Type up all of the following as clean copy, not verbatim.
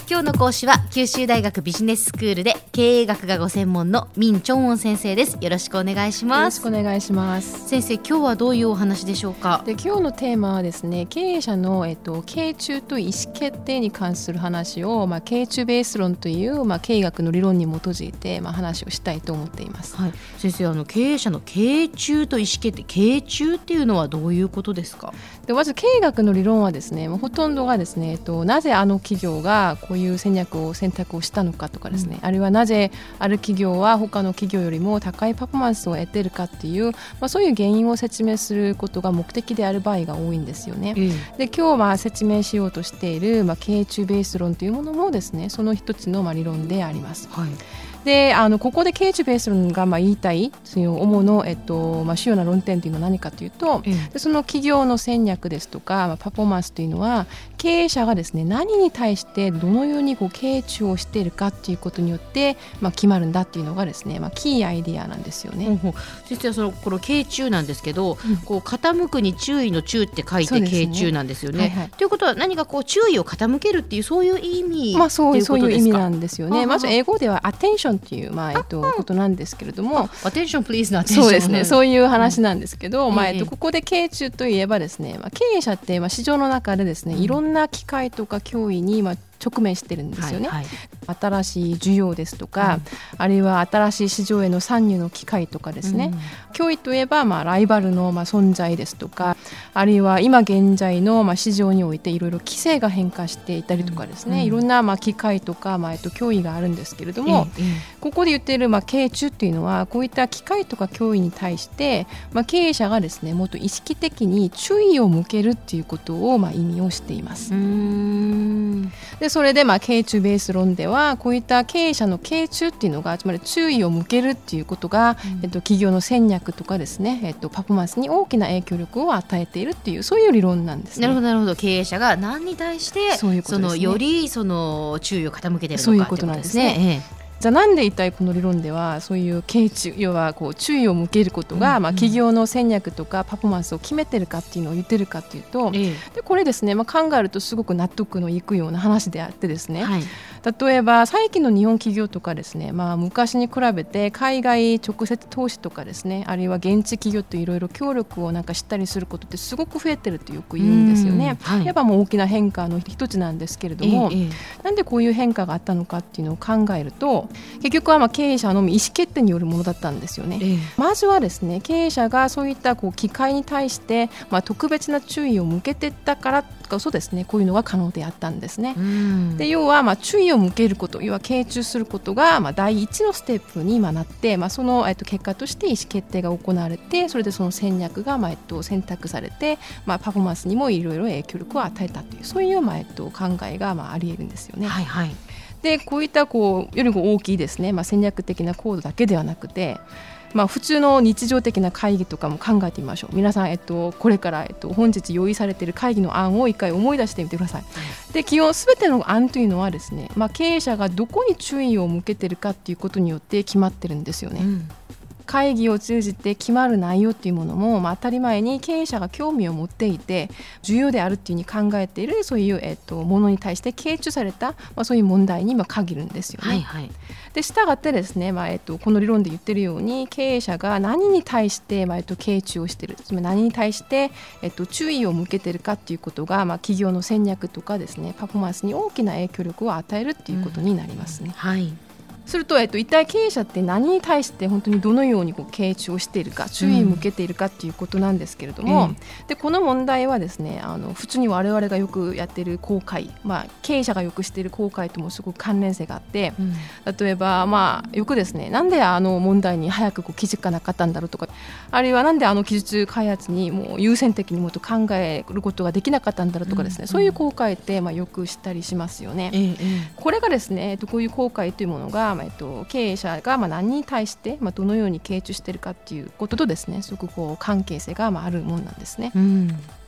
今日の講師は九州大学ビジネススクールで経営学がご専門のミン・チョンウォン先生です。よろしくお願いします。 よろしくお願いします。 先生、今日はどういうお話でしょうか。 で、今日のテーマはですね、経営者の、経中と意思決定に関する話を、経中ベース論という、経営学の理論に基づいて、話をしたいと思っています。 はい、先生、経営者の経中と意思決定、経中っていうのはどういうことですか。 で、まず経営学の理論はですね、ほとんどがですね、なぜ企業がこういう戦略を選択をしたのかとかですね、あるいはなぜある企業は他の企業よりも高いパフォーマンスを得ているかっていう、そういう原因を説明することが目的である場合が多いんですよね。で、今日説明しようとしている、経中ベース論というものもですね、その一つの理論であります。はい。で、ここで経中ベース論が言いたいその主の、主要な論点というのは何かというと、で、その企業の戦略ですとか、パフォーマンスというのは経営者がですね、何に対してどのように経中をしているかということによって、決まるんだっていうのがですね、キーアイデアなんですよね。 実はこの経中なんですけど、傾くに注意の注って書いて経中なんですよね。はいはい、ということは何か注意を傾けるっていうそういう意味そういう意味なんですよね。まず英語ではアテンションっていう、ことなんですけれども、 アテンションプリーズのアテンション、 そうですね、そういう話なんですけど、ここで経中といえばですね、経営者って市場の中でですね、いろんな機会とか脅威に直面してるんですよね。はいはい、新しい需要ですとか、あるいは新しい市場への参入の機会とかですね、脅威といえばライバルの存在ですとか、あるいは今現在の市場においていろいろ規制が変化していたりとかですね、いろんな機会とか脅威があるんですけれども、ここで言っている経中っていうのはこういった機会とか脅威に対して経営者がですね、もっと意識的に注意を向けるっていうことを意味をしています。で、それで経中ベース論ではこういった経営者の経中っていうのが、つまり注意を向けるっていうことが、企業の戦略とかですね、パフォーマンスに大きな影響力を与えているっていう、そういう理論なんですね。 なるほどなるほど。経営者が何に対してより注意を傾けているのか、そういうことなんですね。 じゃあなんで一体この理論ではそういう経中、要は注意を向けることが、企業の戦略とかパフォーマンスを決めてるかっていうのを言ってるかっていうと、でこれですね、考えるとすごく納得のいくような話であってですね、はい、例えば最近の日本企業とかですね、昔に比べて海外直接投資とかですね、あるいは現地企業といろいろ協力をしたりすることってすごく増えてるとよく言うんですよね。はい、やっぱ大きな変化の一つなんですけれども、なんでこういう変化があったのかっていうのを考えると、結局は経営者の意思決定によるものだったんですよね。まずはですね、経営者がそういった機会に対して、特別な注意を向けていったからこそですね、こういうのが可能であったんですね。で、要は注意を向けること、要は経中することが第一のステップになって、その結果として意思決定が行われて、それでその戦略が選択されて、パフォーマンスにもいろいろ影響力を与えたという、そういう考えがあり得るんですよね。はいはい。で、こういったよりも大きいですね、戦略的な行動だけではなくて、普通の日常的な会議とかも考えてみましょう。皆さん、これから、本日用意されている会議の案を一回思い出してみてください。で、基本すべての案というのはですね、経営者がどこに注意を向けているかということによって決まってるんですよね。会議を通じて決まる内容っていうものも、当たり前に経営者が興味を持っていて重要であるっていうふうに考えている、そういう、ものに対して傾注された、そういう問題に限るんですよね。はいはい。で、したがってですね、この理論で言ってるように、経営者が何に対して、傾注をしている、つまり何に対して、注意を向けているかっていうことが、企業の戦略とかですね、パフォーマンスに大きな影響力を与えるっていうことになりますね。はい。すると、一体経営者って何に対して本当にどのように傾注をしているか、注意を向けているかということなんですけれども、でこの問題はですね、普通に我々がよくやっている公開、経営者がよくしている公開ともすごく関連性があって、例えば、よくですね、なんで問題に早く気づかなかったんだろうとか、あるいはなんで技術開発にもう優先的にもっと考えることができなかったんだろうとかですね、そういう公開ってよくしたりしますよね。これがですね、こういう公開というものが経営者が何に対してどのように傾注しているかということとですね、すごく関係性があるものなんですね。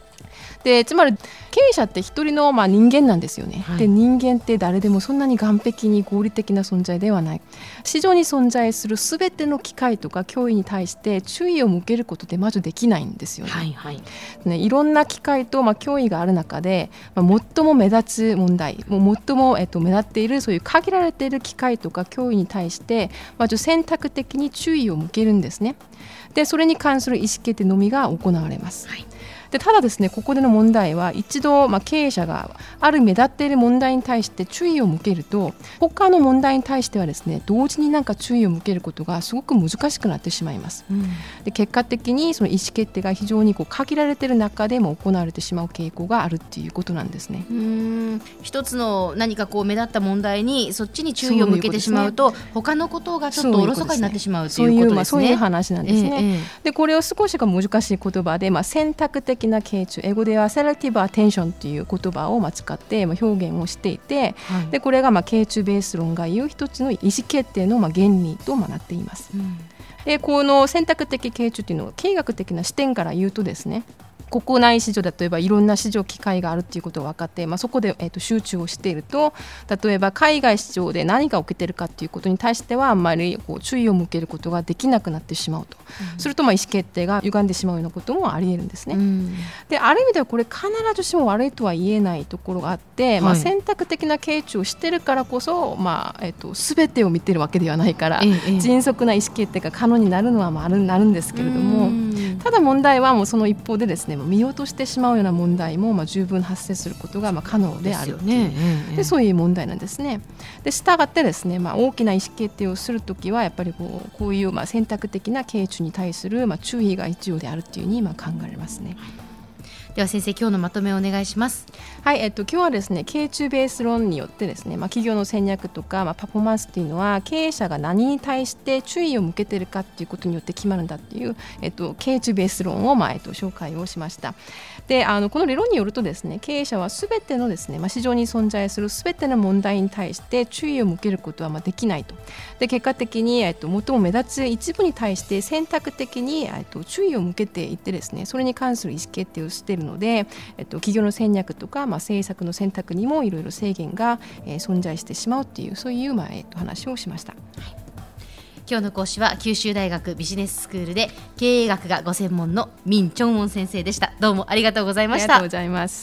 でつまり経営者って一人の人間なんですよね、で人間って誰でもそんなに完璧に合理的な存在ではない。市場に存在するすべての機会とか脅威に対して注意を向けることってまずできないんですよね。いろんな機会と脅威がある中で、最も目立つ問題、最も目立っているそういう限られている機会とか脅威に対してまず選択的に注意を向けるんですね。でそれに関する意思決定のみが行われます。でただですね、ここでの問題は一度、経営者がある目立っている問題に対して注意を向けると他の問題に対してはですね同時に注意を向けることがすごく難しくなってしまいます、で結果的にその意思決定が非常に限られている中でも行われてしまう傾向があるっていうことなんですね。 一つの何か目立った問題にそっちに注意を向けてしまうと他のことがちょっとおろそかになってしまうということですね。 そういう話なんですね、でこれを少し難しい言葉で、選択的な傾注、英語ではセレクティブアテンションという言葉を使って表現をしていて、でこれが傾注ベース論が言う一つの意思決定の原理となっています、でこの選択的傾注というのは経営学的な視点から言うとですね、国内市場例えばいろんな市場機会があるということが分かって、そこで、集中をしていると、例えば海外市場で何が起きているかということに対してはあんまり注意を向けることができなくなってしまうと、すると意思決定が歪んでしまうようなこともあり得るんですね、である意味ではこれ必ずしも悪いとは言えないところがあって、選択的な傾注をしているからこそ、全てを見ているわけではないから、迅速な意思決定が可能になるのはなるんですけれども、ただ問題はもうその一方でですね、見落としてしまうような問題も十分発生することが可能であるという、そういう問題なんですね。でしたがってですね、大きな意思決定をするときはやっぱりこういう選択的な傾注に対する注意が必要であるというふうに考えられますね。 では先生、今日のまとめをお願いします。 はい、今日はですね、傾注ベース論によってですね、企業の戦略とか、パフォーマンスというのは経営者が何に対して注意を向けているかということによって決まるんだという、傾注ベース論を、紹介をしました。でこの理論によるとですね、経営者はすべてのですね、市場に存在するすべての問題に対して注意を向けることはできないと。で結果的に、最も目立つ一部に対して選択的に、注意を向けていってですね、それに関する意思決定をしているので、企業の戦略とか、政策の選択にもいろいろ制限が、存在してしまうという、そういう、話をしました。 今日の講師は九州大学ビジネススクールで経営学がご専門のミン・チョンウォン先生でした。どうもありがとうございました。 ありがとうございます。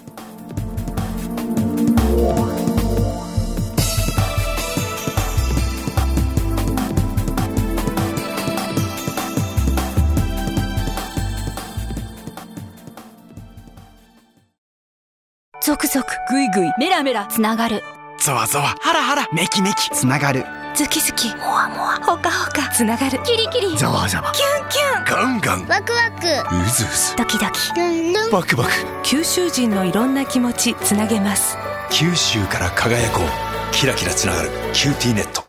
ゾクゾクグイグイメラメラつながる、 ゾワゾワハラハラメキメキつながる、 ズキズキモワモワホカホカつながる、キリキリザワザワキュンキュンガンガンワクワクうずうずドキドキルンルンバクバク、 九州人のいろんな気持ちつなげます。 九州から輝こう、キラキラつながるキューティーネット。